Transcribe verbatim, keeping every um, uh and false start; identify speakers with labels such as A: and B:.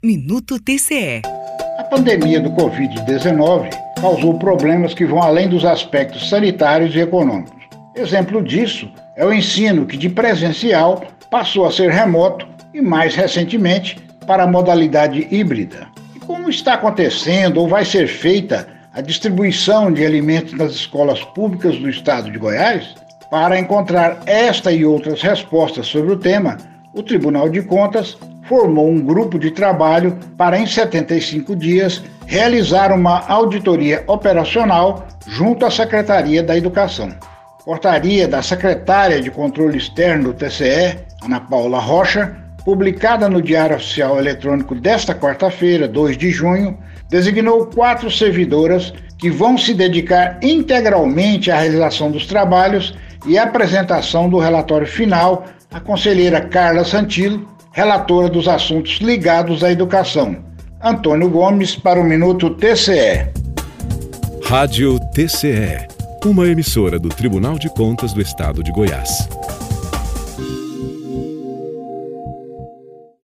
A: Minuto T C E.
B: A pandemia do covid dezenove causou problemas que vão além dos aspectos sanitários e econômicos. Exemplo disso é o ensino que de presencial passou a ser remoto e, mais recentemente, para a modalidade híbrida. E como está acontecendo ou vai ser feita a distribuição de alimentos nas escolas públicas do estado de Goiás? Para encontrar esta e outras respostas sobre o tema, o Tribunal de Contas formou um grupo de trabalho para, em setenta e cinco dias, realizar uma auditoria operacional junto à Secretaria da Educação. Portaria da Secretária de Controle Externo do T C E, Ana Paula Rocha, publicada no Diário Oficial Eletrônico desta quarta-feira, dois de junho, designou quatro servidoras que vão se dedicar integralmente à realização dos trabalhos e à apresentação do relatório final à conselheira Carla Santilo, relatora dos assuntos ligados à educação. Antônio Gomes para o Minuto T C E.
C: Rádio T C E, uma emissora do Tribunal de Contas do Estado de Goiás.